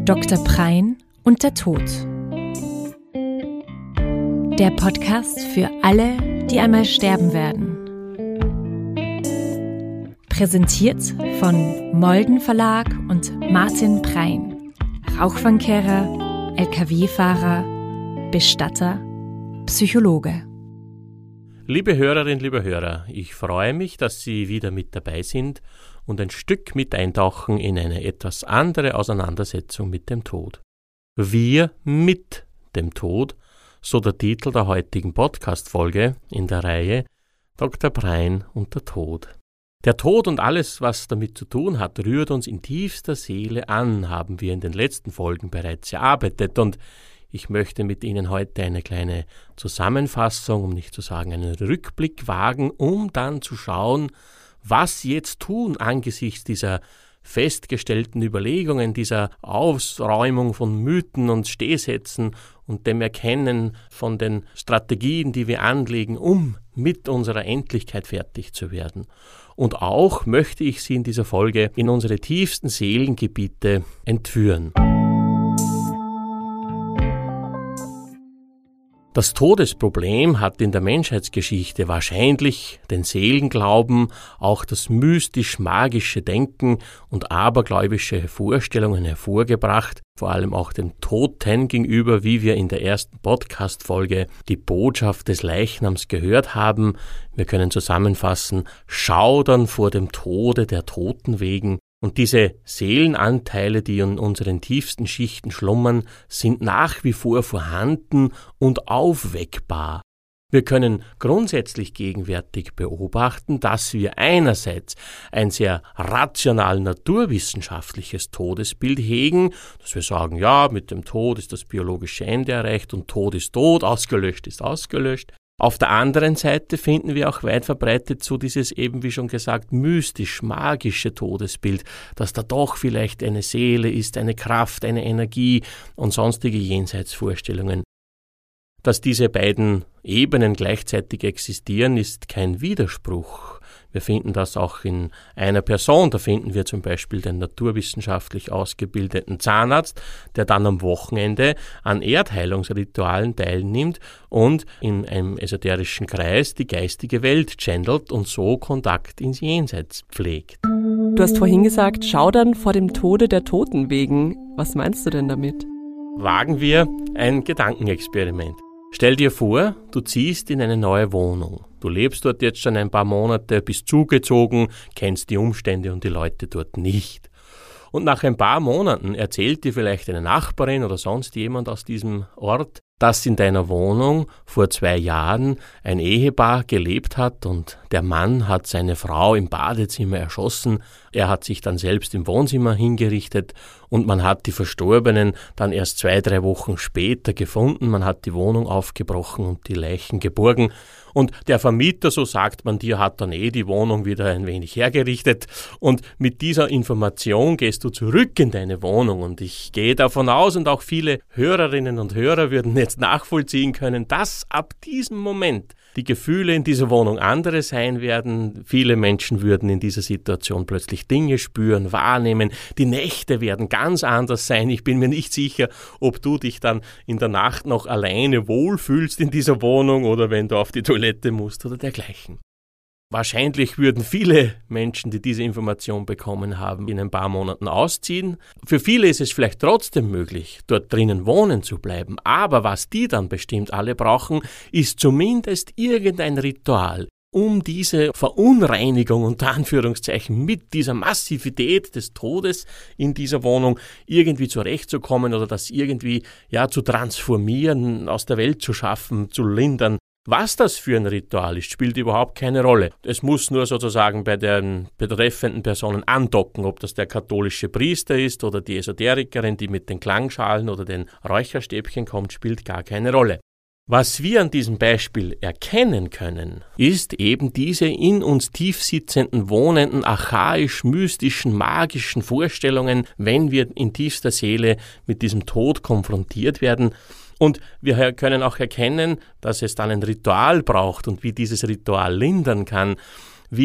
Dr. Prein und der Tod. Der Podcast für alle, die einmal sterben werden. Präsentiert von Molden Verlag und Martin Prein. Rauchfangkehrer, LKW-Fahrer, Bestatter, Psychologe. Liebe Hörerinnen, liebe Hörer, ich freue mich, dass Sie wieder mit dabei sind und ein Stück mit eintauchen in eine etwas andere Auseinandersetzung mit dem Tod. Wir mit dem Tod, so der Titel der heutigen Podcast-Folge in der Reihe Dr. Prein und der Tod. Der Tod und alles, was damit zu tun hat, rührt uns in tiefster Seele an, haben wir in den letzten Folgen bereits erarbeitet, und ich möchte mit Ihnen heute eine kleine Zusammenfassung, um nicht zu sagen einen Rückblick wagen, um dann zu schauen, was jetzt tun angesichts dieser festgestellten Überlegungen, dieser Ausräumung von Mythen und Stehsätzen und dem Erkennen von den Strategien, die wir anlegen, um mit unserer Endlichkeit fertig zu werden. Und auch möchte ich Sie in dieser Folge in unsere tiefsten Seelengebiete entführen. Das Todesproblem hat in der Menschheitsgeschichte wahrscheinlich den Seelenglauben, auch das mystisch-magische Denken und abergläubische Vorstellungen hervorgebracht, vor allem auch dem Toten gegenüber, wie wir in der ersten Podcast-Folge die Botschaft des Leichnams gehört haben. Wir können zusammenfassen: Schaudern vor dem Tode der Toten wegen. Und diese Seelenanteile, die in unseren tiefsten Schichten schlummern, sind nach wie vor vorhanden und aufweckbar. Wir können grundsätzlich gegenwärtig beobachten, dass wir einerseits ein sehr rational naturwissenschaftliches Todesbild hegen, dass wir sagen, ja, mit dem Tod ist das biologische Ende erreicht und Tod ist tot, ausgelöscht ist ausgelöscht. Auf der anderen Seite finden wir auch weit verbreitet so dieses eben, wie schon gesagt, mystisch-magische Todesbild, dass da doch vielleicht eine Seele ist, eine Kraft, eine Energie und sonstige Jenseitsvorstellungen. Dass diese beiden Ebenen gleichzeitig existieren, ist kein Widerspruch. Wir finden das auch in einer Person. Da finden wir zum Beispiel den naturwissenschaftlich ausgebildeten Zahnarzt, der dann am Wochenende an Erdheilungsritualen teilnimmt und in einem esoterischen Kreis die geistige Welt channelt und so Kontakt ins Jenseits pflegt. Du hast vorhin gesagt, Schaudern vor dem Tode der Toten wegen. Was meinst du denn damit? Wagen wir ein Gedankenexperiment. Stell dir vor, du ziehst in eine neue Wohnung. Du lebst dort jetzt schon ein paar Monate, bist zugezogen, kennst die Umstände und die Leute dort nicht. Und nach ein paar Monaten erzählt dir vielleicht eine Nachbarin oder sonst jemand aus diesem Ort, dass in deiner Wohnung vor 2 Jahren ein Ehepaar gelebt hat und der Mann hat seine Frau im Badezimmer erschossen, er hat sich dann selbst im Wohnzimmer hingerichtet und man hat die Verstorbenen dann erst 2-3 Wochen später gefunden, man hat die Wohnung aufgebrochen und die Leichen geborgen. Und der Vermieter, so sagt man dir, hat dann die Wohnung wieder ein wenig hergerichtet. Und mit dieser Information gehst du zurück in deine Wohnung. Und ich gehe davon aus, und auch viele Hörerinnen und Hörer würden jetzt nachvollziehen können, dass ab diesem Moment die Gefühle in dieser Wohnung andere sein werden. Viele Menschen würden in dieser Situation plötzlich Dinge spüren, wahrnehmen. Die Nächte werden ganz anders sein. Ich bin mir nicht sicher, ob du dich dann in der Nacht noch alleine wohlfühlst in dieser Wohnung oder wenn du auf die Toilette musst oder dergleichen. Wahrscheinlich würden viele Menschen, die diese Information bekommen haben, in ein paar Monaten ausziehen. Für viele ist es vielleicht trotzdem möglich, dort drinnen wohnen zu bleiben. Aber was die dann bestimmt alle brauchen, ist zumindest irgendein Ritual, um diese Verunreinigung unter Anführungszeichen mit dieser Massivität des Todes in dieser Wohnung irgendwie zurechtzukommen oder das irgendwie zu transformieren, aus der Welt zu schaffen, zu lindern. Was das für ein Ritual ist, spielt überhaupt keine Rolle. Es muss nur sozusagen bei den betreffenden Personen andocken, ob das der katholische Priester ist oder die Esoterikerin, die mit den Klangschalen oder den Räucherstäbchen kommt, spielt gar keine Rolle. Was wir an diesem Beispiel erkennen können, ist eben diese in uns tief sitzenden, wohnenden, archaisch-mystischen, magischen Vorstellungen, wenn wir in tiefster Seele mit diesem Tod konfrontiert werden. Und wir können auch erkennen, dass es dann ein Ritual braucht und wie dieses Ritual lindern kann, wie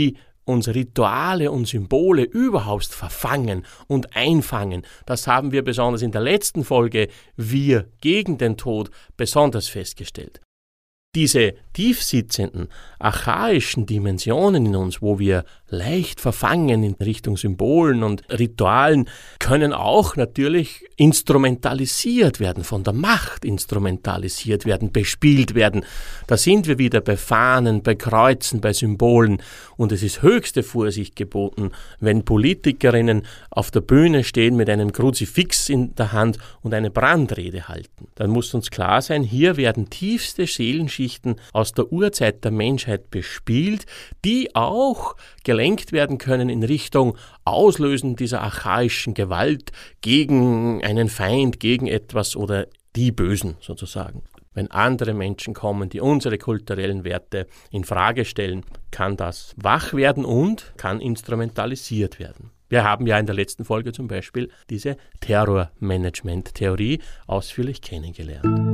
uns Rituale und Symbole überhaupt verfangen und einfangen. Das haben wir besonders in der letzten Folge Wir gegen den Tod besonders festgestellt. Diese tiefsitzenden, archaischen Dimensionen in uns, wo wir leicht verfangen in Richtung Symbolen und Ritualen, können auch natürlich instrumentalisiert werden, von der Macht instrumentalisiert werden, bespielt werden. Da sind wir wieder bei Fahnen, bei Kreuzen, bei Symbolen. Und es ist höchste Vorsicht geboten, wenn Politikerinnen auf der Bühne stehen mit einem Kruzifix in der Hand und eine Brandrede halten. Dann muss uns klar sein, hier werden tiefste Seelenschichten aus der Urzeit der Menschheit bespielt, die auch gelenkt werden können in Richtung Auslösen dieser archaischen Gewalt gegen einen Feind, gegen etwas oder die Bösen sozusagen. Wenn andere Menschen kommen, die unsere kulturellen Werte in Frage stellen, kann das wach werden und kann instrumentalisiert werden. Wir haben ja in der letzten Folge zum Beispiel diese Terrormanagement-Theorie ausführlich kennengelernt.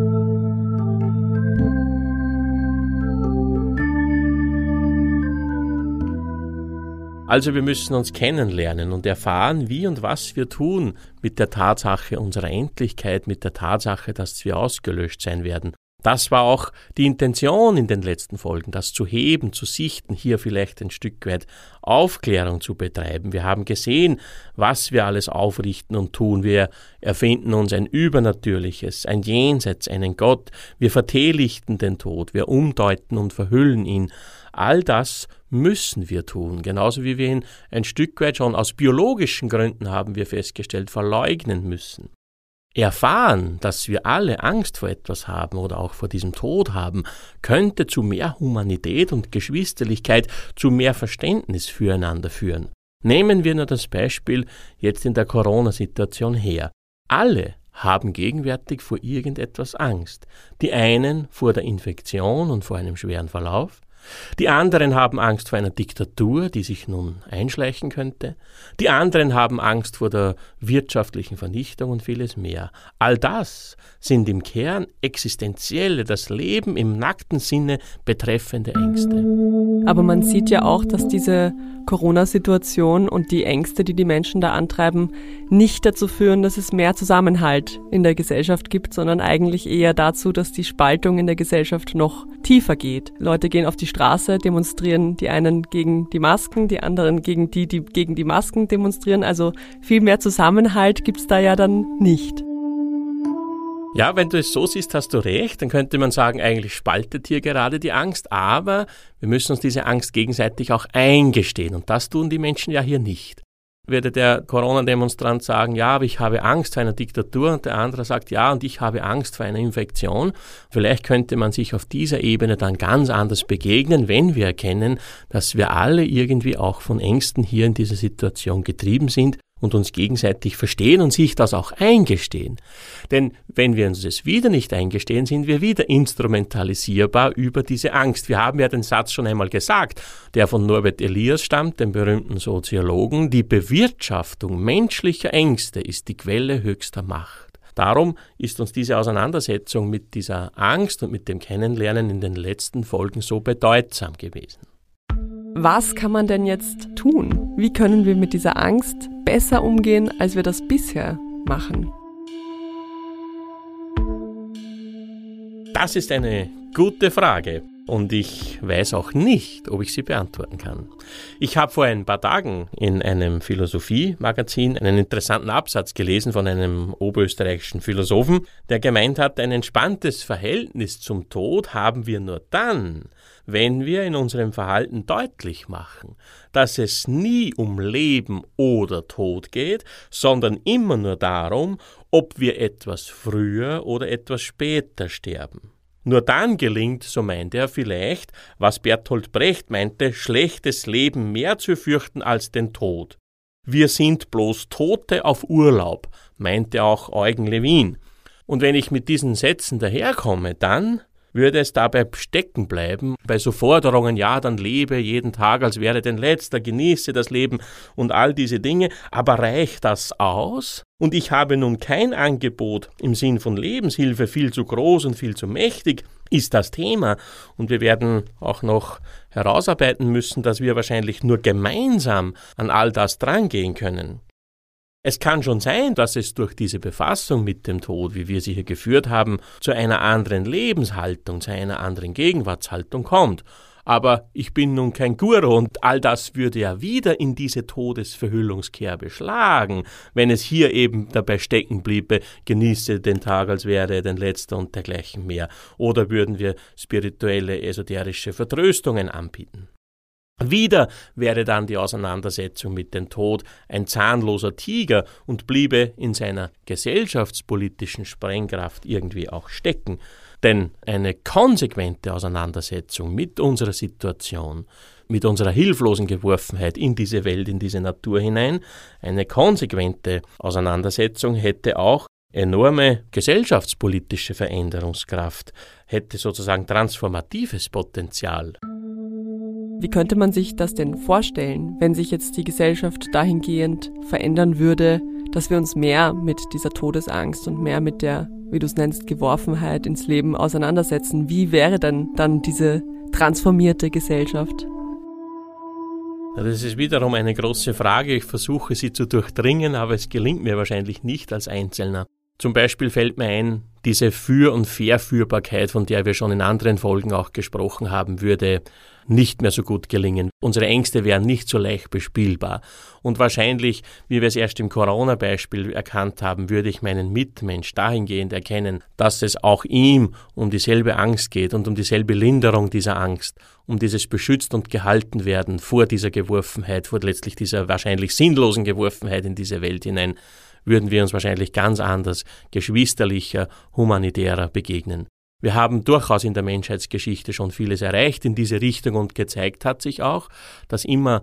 Also wir müssen uns kennenlernen und erfahren, wie und was wir tun mit der Tatsache unserer Endlichkeit, mit der Tatsache, dass wir ausgelöscht sein werden. Das war auch die Intention in den letzten Folgen, das zu heben, zu sichten, hier vielleicht ein Stück weit Aufklärung zu betreiben. Wir haben gesehen, was wir alles aufrichten und tun. Wir erfinden uns ein Übernatürliches, ein Jenseits, einen Gott. Wir verteelichten den Tod, wir umdeuten und verhüllen ihn. All das müssen wir tun, genauso wie wir ihn ein Stück weit schon aus biologischen Gründen, haben wir festgestellt, verleugnen müssen. Erfahren, dass wir alle Angst vor etwas haben oder auch vor diesem Tod haben, könnte zu mehr Humanität und Geschwisterlichkeit, zu mehr Verständnis füreinander führen. Nehmen wir nur das Beispiel jetzt in der Corona-Situation her. Alle haben gegenwärtig vor irgendetwas Angst. Die einen vor der Infektion und vor einem schweren Verlauf. Die anderen haben Angst vor einer Diktatur, die sich nun einschleichen könnte. Die anderen haben Angst vor der wirtschaftlichen Vernichtung und vieles mehr. All das sind im Kern existenzielle, das Leben im nackten Sinne betreffende Ängste. Aber man sieht ja auch, dass diese Corona-Situation und die Ängste, die die Menschen da antreiben, nicht dazu führen, dass es mehr Zusammenhalt in der Gesellschaft gibt, sondern eigentlich eher dazu, dass die Spaltung in der Gesellschaft noch tiefer geht. Leute gehen auf die Straße, demonstrieren, die einen gegen die Masken, die anderen gegen die gegen die Masken demonstrieren. Also viel mehr Zusammenhalt gibt's da ja dann nicht. Ja, wenn du es so siehst, hast du recht. Dann könnte man sagen, eigentlich spaltet hier gerade die Angst. Aber wir müssen uns diese Angst gegenseitig auch eingestehen. Und das tun die Menschen ja hier nicht. Würde der Corona-Demonstrant sagen, ja, aber ich habe Angst vor einer Diktatur, und der andere sagt, ja, und ich habe Angst vor einer Infektion. Vielleicht könnte man sich auf dieser Ebene dann ganz anders begegnen, wenn wir erkennen, dass wir alle irgendwie auch von Ängsten hier in dieser Situation getrieben sind und uns gegenseitig verstehen und sich das auch eingestehen. Denn wenn wir uns das wieder nicht eingestehen, sind wir wieder instrumentalisierbar über diese Angst. Wir haben ja den Satz schon einmal gesagt, der von Norbert Elias stammt, dem berühmten Soziologen: Die Bewirtschaftung menschlicher Ängste ist die Quelle höchster Macht. Darum ist uns diese Auseinandersetzung mit dieser Angst und mit dem Kennenlernen in den letzten Folgen so bedeutsam gewesen. Was kann man denn jetzt tun? Wie können wir mit dieser Angst besser umgehen, als wir das bisher machen? Das ist eine gute Frage und ich weiß auch nicht, ob ich sie beantworten kann. Ich habe vor ein paar Tagen in einem Philosophie-Magazin einen interessanten Absatz gelesen von einem oberösterreichischen Philosophen, der gemeint hat, ein entspanntes Verhältnis zum Tod haben wir nur dann, wenn wir in unserem Verhalten deutlich machen, dass es nie um Leben oder Tod geht, sondern immer nur darum, ob wir etwas früher oder etwas später sterben. Nur dann gelingt, so meinte er vielleicht, was Bertolt Brecht meinte, schlechtes Leben mehr zu fürchten als den Tod. Wir sind bloß Tote auf Urlaub, meinte auch Eugen Levin. Und wenn ich mit diesen Sätzen daherkomme, dann würde es dabei stecken bleiben, bei so Forderungen, ja, dann lebe jeden Tag, als wäre dein letzter, genieße das Leben und all diese Dinge, aber reicht das aus? Und ich habe nun kein Angebot im Sinn von Lebenshilfe, viel zu groß und viel zu mächtig, ist das Thema. Und wir werden auch noch herausarbeiten müssen, dass wir wahrscheinlich nur gemeinsam an all das drangehen können. Es kann schon sein, dass es durch diese Befassung mit dem Tod, wie wir sie hier geführt haben, zu einer anderen Lebenshaltung, zu einer anderen Gegenwartshaltung kommt. Aber ich bin nun kein Guru und all das würde ja wieder in diese Todesverhüllungskerbe schlagen, wenn es hier eben dabei stecken bliebe, genieße den Tag, als wäre er dein letzter und dergleichen mehr. Oder würden wir spirituelle, esoterische Vertröstungen anbieten. Wieder wäre dann die Auseinandersetzung mit dem Tod ein zahnloser Tiger und bliebe in seiner gesellschaftspolitischen Sprengkraft irgendwie auch stecken. Denn eine konsequente Auseinandersetzung mit unserer Situation, mit unserer hilflosen Geworfenheit in diese Welt, in diese Natur hinein, eine konsequente Auseinandersetzung hätte auch enorme gesellschaftspolitische Veränderungskraft, hätte sozusagen transformatives Potenzial. Wie könnte man sich das denn vorstellen, wenn sich jetzt die Gesellschaft dahingehend verändern würde, dass wir uns mehr mit dieser Todesangst und mehr mit der, wie du es nennst, Geworfenheit ins Leben auseinandersetzen? Wie wäre denn dann diese transformierte Gesellschaft? Das ist wiederum eine große Frage. Ich versuche sie zu durchdringen, aber es gelingt mir wahrscheinlich nicht als Einzelner. Zum Beispiel fällt mir ein, diese Für- und Verführbarkeit, von der wir schon in anderen Folgen auch gesprochen haben, würde nicht mehr so gut gelingen. Unsere Ängste wären nicht so leicht bespielbar. Und wahrscheinlich, wie wir es erst im Corona-Beispiel erkannt haben, würde ich meinen Mitmensch dahingehend erkennen, dass es auch ihm um dieselbe Angst geht und um dieselbe Linderung dieser Angst, um dieses beschützt und gehalten werden vor dieser Geworfenheit, vor letztlich dieser wahrscheinlich sinnlosen Geworfenheit in diese Welt hinein, würden wir uns wahrscheinlich ganz anders, geschwisterlicher, humanitärer begegnen. Wir haben durchaus in der Menschheitsgeschichte schon vieles erreicht in diese Richtung und gezeigt hat sich auch, dass immer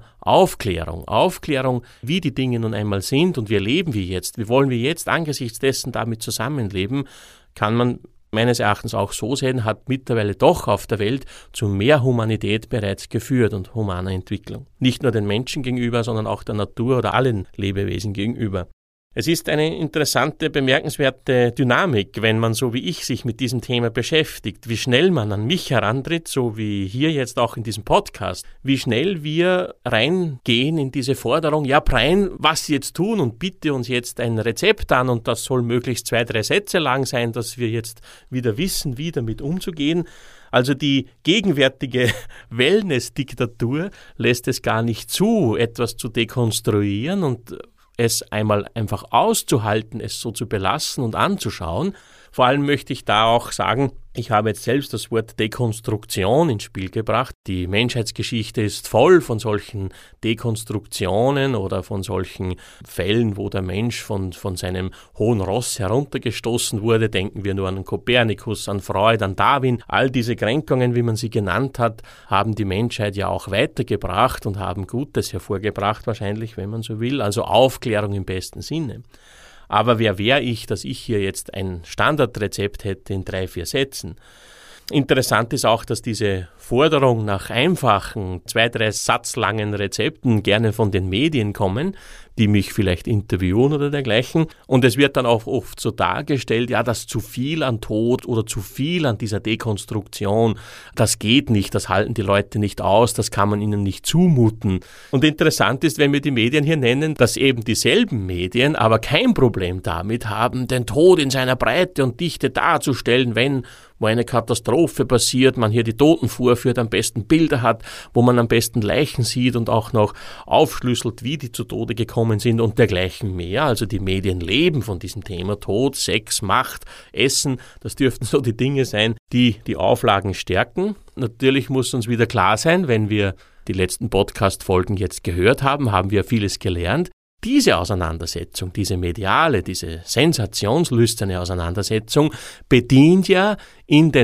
Aufklärung, wie die Dinge nun einmal sind und wie leben wir jetzt, wie wollen wir jetzt angesichts dessen damit zusammenleben, kann man meines Erachtens auch so sehen, hat mittlerweile doch auf der Welt zu mehr Humanität bereits geführt und humaner Entwicklung. Nicht nur den Menschen gegenüber, sondern auch der Natur oder allen Lebewesen gegenüber. Es ist eine interessante, bemerkenswerte Dynamik, wenn man so wie ich sich mit diesem Thema beschäftigt, wie schnell man an mich herantritt, so wie hier jetzt auch in diesem Podcast, wie schnell wir reingehen in diese Forderung, ja Brian, was Sie jetzt tun und bitte uns jetzt ein Rezept an und das soll möglichst 2-3 Sätze lang sein, dass wir jetzt wieder wissen, wie damit umzugehen. Also die gegenwärtige Wellness-Diktatur lässt es gar nicht zu, etwas zu dekonstruieren und es einmal einfach auszuhalten, es so zu belassen und anzuschauen. Vor allem möchte ich da auch sagen, ich habe jetzt selbst das Wort Dekonstruktion ins Spiel gebracht. Die Menschheitsgeschichte ist voll von solchen Dekonstruktionen oder von solchen Fällen, wo der Mensch von seinem hohen Ross heruntergestoßen wurde. Denken wir nur an Kopernikus, an Freud, an Darwin. All diese Kränkungen, wie man sie genannt hat, haben die Menschheit ja auch weitergebracht und haben Gutes hervorgebracht, wahrscheinlich, wenn man so will. Also Aufklärung im besten Sinne. Aber wer wäre ich, dass ich hier jetzt ein Standardrezept hätte in 3-4 Sätzen? Interessant ist auch, dass diese Forderung nach einfachen, 2-3 satzlangen Rezepten gerne von den Medien kommen, die mich vielleicht interviewen oder dergleichen. Und es wird dann auch oft so dargestellt, ja, dass zu viel an Tod oder zu viel an dieser Dekonstruktion, das geht nicht, das halten die Leute nicht aus, das kann man ihnen nicht zumuten. Und interessant ist, wenn wir die Medien hier nennen, dass eben dieselben Medien aber kein Problem damit haben, den Tod in seiner Breite und Dichte darzustellen, wenn wo eine Katastrophe passiert, man hier die Toten vorführt, am besten Bilder hat, wo man am besten Leichen sieht und auch noch aufschlüsselt, wie die zu Tode gekommen sind und dergleichen mehr. Also die Medien leben von diesem Thema Tod, Sex, Macht, Essen. Das dürften so die Dinge sein, die die Auflagen stärken. Natürlich muss uns wieder klar sein, wenn wir die letzten Podcast-Folgen jetzt gehört haben, haben wir vieles gelernt. Diese Auseinandersetzung, diese mediale, diese sensationslüsterne Auseinandersetzung bedient ja in den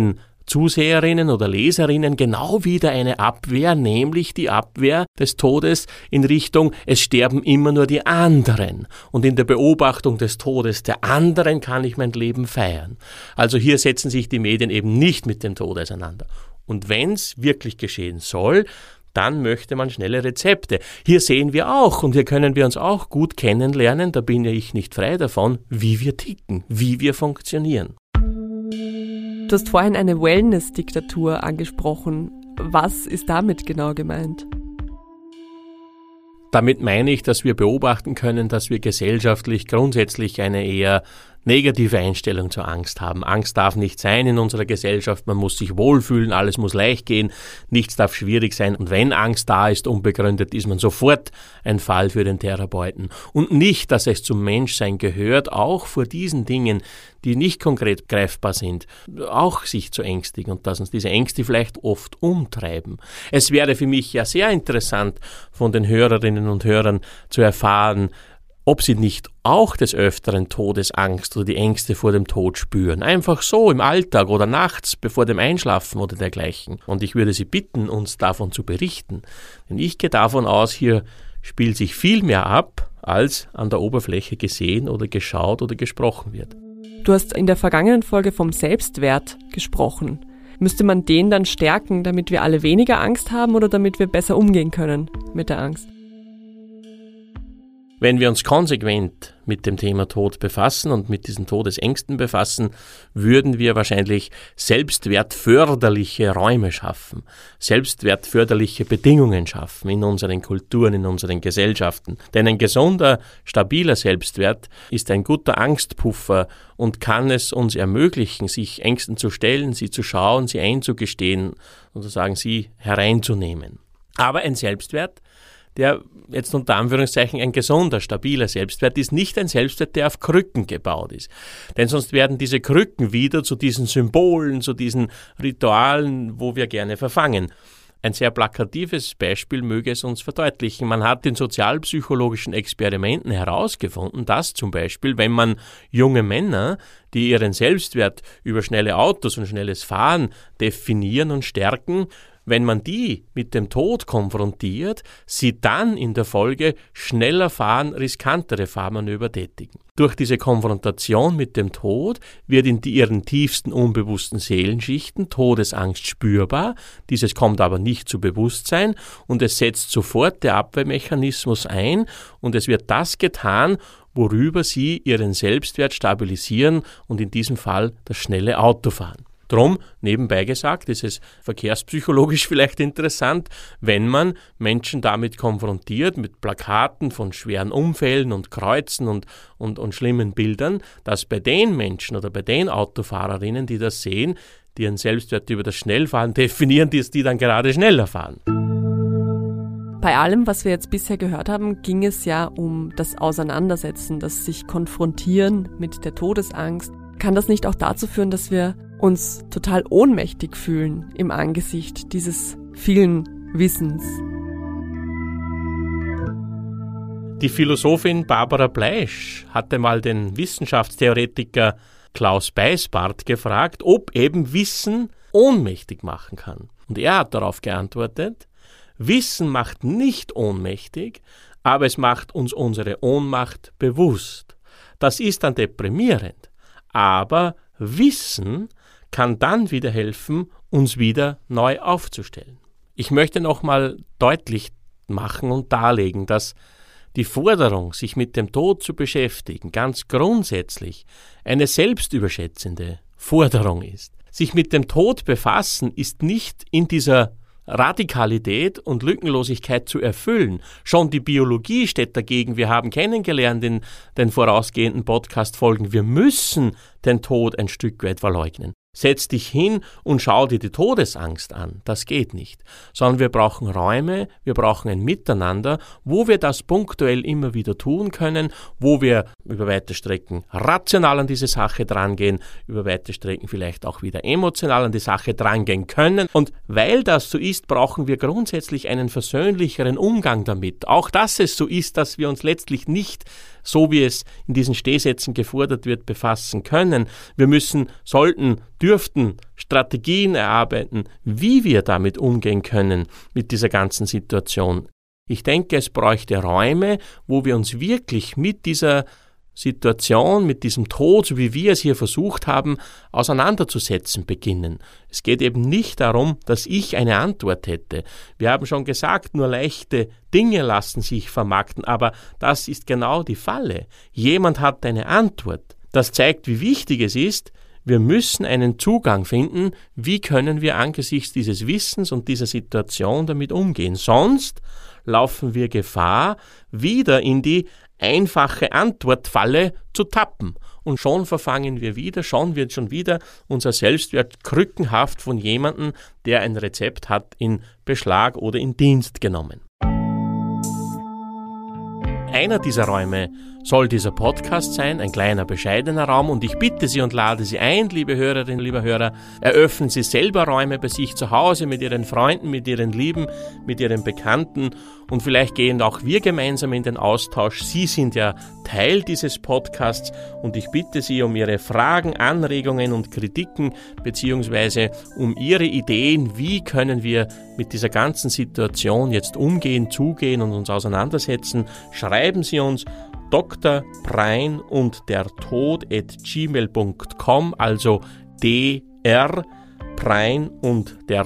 Zuseherinnen oder Leserinnen genau wieder eine Abwehr, nämlich die Abwehr des Todes in Richtung, es sterben immer nur die anderen. Und in der Beobachtung des Todes der anderen kann ich mein Leben feiern. Also hier setzen sich die Medien eben nicht mit dem Tod auseinander. Und wenn es wirklich geschehen soll, dann möchte man schnelle Rezepte. Hier sehen wir auch und hier können wir uns auch gut kennenlernen, da bin ja ich nicht frei davon, wie wir ticken, wie wir funktionieren. Du hast vorhin eine Wellness-Diktatur angesprochen. Was ist damit genau gemeint? Damit meine ich, dass wir beobachten können, dass wir gesellschaftlich grundsätzlich eine eher negative Einstellung zur Angst haben. Angst darf nicht sein in unserer Gesellschaft, man muss sich wohlfühlen, alles muss leicht gehen, nichts darf schwierig sein und wenn Angst da ist, unbegründet, ist man sofort ein Fall für den Therapeuten. Und nicht, dass es zum Menschsein gehört, auch vor diesen Dingen, die nicht konkret greifbar sind, auch sich zu ängstigen und dass uns diese Ängste vielleicht oft umtreiben. Es wäre für mich ja sehr interessant, von den Hörerinnen und Hörern zu erfahren, ob sie nicht auch des Öfteren Todesangst oder die Ängste vor dem Tod spüren. Einfach so im Alltag oder nachts bevor dem Einschlafen oder dergleichen. Und ich würde Sie bitten, uns davon zu berichten. Denn ich gehe davon aus, hier spielt sich viel mehr ab, als an der Oberfläche gesehen oder geschaut oder gesprochen wird. Du hast in der vergangenen Folge vom Selbstwert gesprochen. Müsste man den dann stärken, damit wir alle weniger Angst haben oder damit wir besser umgehen können mit der Angst? Wenn wir uns konsequent mit dem Thema Tod befassen und mit diesen Todesängsten befassen, würden wir wahrscheinlich selbstwertförderliche Räume schaffen, selbstwertförderliche Bedingungen schaffen in unseren Kulturen, in unseren Gesellschaften. Denn ein gesunder, stabiler Selbstwert ist ein guter Angstpuffer und kann es uns ermöglichen, sich Ängsten zu stellen, sie zu schauen, sie einzugestehen und sozusagen sie hereinzunehmen. Aber ein Selbstwert, der jetzt unter Anführungszeichen ein gesunder, stabiler Selbstwert ist, nicht ein Selbstwert, der auf Krücken gebaut ist. Denn sonst werden diese Krücken wieder zu diesen Symbolen, zu diesen Ritualen, wo wir gerne verfangen. Ein sehr plakatives Beispiel möge es uns verdeutlichen. Man hat in sozialpsychologischen Experimenten herausgefunden, dass zum Beispiel, wenn man junge Männer, die ihren Selbstwert über schnelle Autos und schnelles Fahren definieren und stärken, wenn man die mit dem Tod konfrontiert, sie dann in der Folge schneller fahren, riskantere Fahrmanöver tätigen. Durch diese Konfrontation mit dem Tod wird in ihren tiefsten unbewussten Seelenschichten Todesangst spürbar. Dieses kommt aber nicht zu Bewusstsein und es setzt sofort der Abwehrmechanismus ein und es wird das getan, worüber sie ihren Selbstwert stabilisieren und in diesem Fall das schnelle Autofahren. Drum, nebenbei gesagt, ist es verkehrspsychologisch vielleicht interessant, wenn man Menschen damit konfrontiert, mit Plakaten von schweren Unfällen und Kreuzen und schlimmen Bildern, dass bei den Menschen oder bei den Autofahrerinnen, die das sehen, die ihren Selbstwert über das Schnellfahren definieren, dass die dann gerade schneller fahren. Bei allem, was wir jetzt bisher gehört haben, ging es ja um das Auseinandersetzen, das sich Konfrontieren mit der Todesangst. Kann das nicht auch dazu führen, dass wir uns total ohnmächtig fühlen im Angesicht dieses vielen Wissens? Die Philosophin Barbara Bleisch hatte mal den Wissenschaftstheoretiker Klaus Beißbart gefragt, ob eben Wissen ohnmächtig machen kann. Und er hat darauf geantwortet, Wissen macht nicht ohnmächtig, aber es macht uns unsere Ohnmacht bewusst. Das ist dann deprimierend. Aber Wissen kann dann wieder helfen, uns wieder neu aufzustellen. Ich möchte nochmal deutlich machen und darlegen, dass die Forderung, sich mit dem Tod zu beschäftigen, ganz grundsätzlich eine selbstüberschätzende Forderung ist. Sich mit dem Tod befassen ist nicht in dieser Radikalität und Lückenlosigkeit zu erfüllen. Schon die Biologie steht dagegen. Wir haben kennengelernt in den vorausgehenden Podcast-Folgen, wir müssen den Tod ein Stück weit verleugnen. Setz dich hin und schau dir die Todesangst an. Das geht nicht. Sondern wir brauchen Räume, wir brauchen ein Miteinander, wo wir das punktuell immer wieder tun können, wo wir über weite Strecken rational an diese Sache drangehen, über weite Strecken vielleicht auch wieder emotional an die Sache drangehen können. Und weil das so ist, brauchen wir grundsätzlich einen versöhnlicheren Umgang damit. Auch dass es so ist, dass wir uns letztlich nicht so wie es in diesen Stehsätzen gefordert wird, befassen können. Wir sollten, dürften Strategien erarbeiten, wie wir damit umgehen können, mit dieser ganzen Situation. Ich denke, es bräuchte Räume, wo wir uns wirklich mit dieser Situation, mit diesem Tod, so wie wir es hier versucht haben, auseinanderzusetzen beginnen. Es geht eben nicht darum, dass ich eine Antwort hätte. Wir haben schon gesagt, nur leichte Dinge lassen sich vermarkten, aber das ist genau die Falle. Jemand hat eine Antwort. Das zeigt, wie wichtig es ist, wir müssen einen Zugang finden, wie können wir angesichts dieses Wissens und dieser Situation damit umgehen. Sonst laufen wir Gefahr, wieder in die einfache Antwortfalle zu tappen. Und schon verfangen wir wieder, schon wird schon wieder unser Selbstwert krückenhaft von jemandem, der ein Rezept hat, in Beschlag oder in Dienst genommen. Einer dieser Räume soll dieser Podcast sein, ein kleiner, bescheidener Raum, und ich bitte Sie und lade Sie ein, liebe Hörerinnen, liebe Hörer, eröffnen Sie selber Räume bei sich zu Hause, mit Ihren Freunden, mit Ihren Lieben, mit Ihren Bekannten, und vielleicht gehen auch wir gemeinsam in den Austausch. Sie sind ja Teil dieses Podcasts und ich bitte Sie um Ihre Fragen, Anregungen und Kritiken beziehungsweise um Ihre Ideen, wie können wir mit dieser ganzen Situation jetzt umgehen, zugehen und uns auseinandersetzen. Schreiben Sie uns Dr. Prein und der Tod@gmail.com, also Dr. Prein und der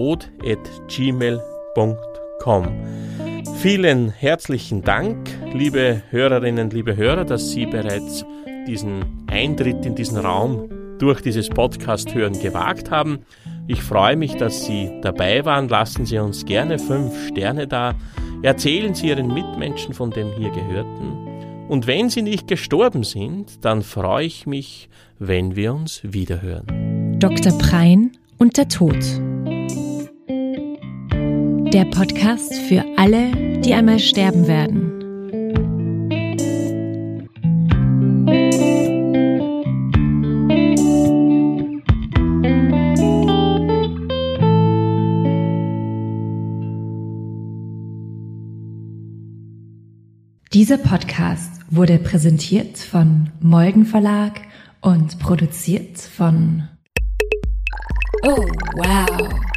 Tod@gmail.com. Vielen herzlichen Dank, liebe Hörerinnen, liebe Hörer, dass Sie bereits diesen Eintritt in diesen Raum durch dieses Podcast-Hören gewagt haben. Ich freue mich, dass Sie dabei waren. Lassen Sie uns gerne 5 Sterne da. Erzählen Sie Ihren Mitmenschen von dem hier Gehörten. Und wenn Sie nicht gestorben sind, dann freue ich mich, wenn wir uns wiederhören. Dr. Prein und der Tod. Der Podcast für alle, die einmal sterben werden. Dieser Podcast wurde präsentiert von Molden Verlag und produziert von Oh, wow!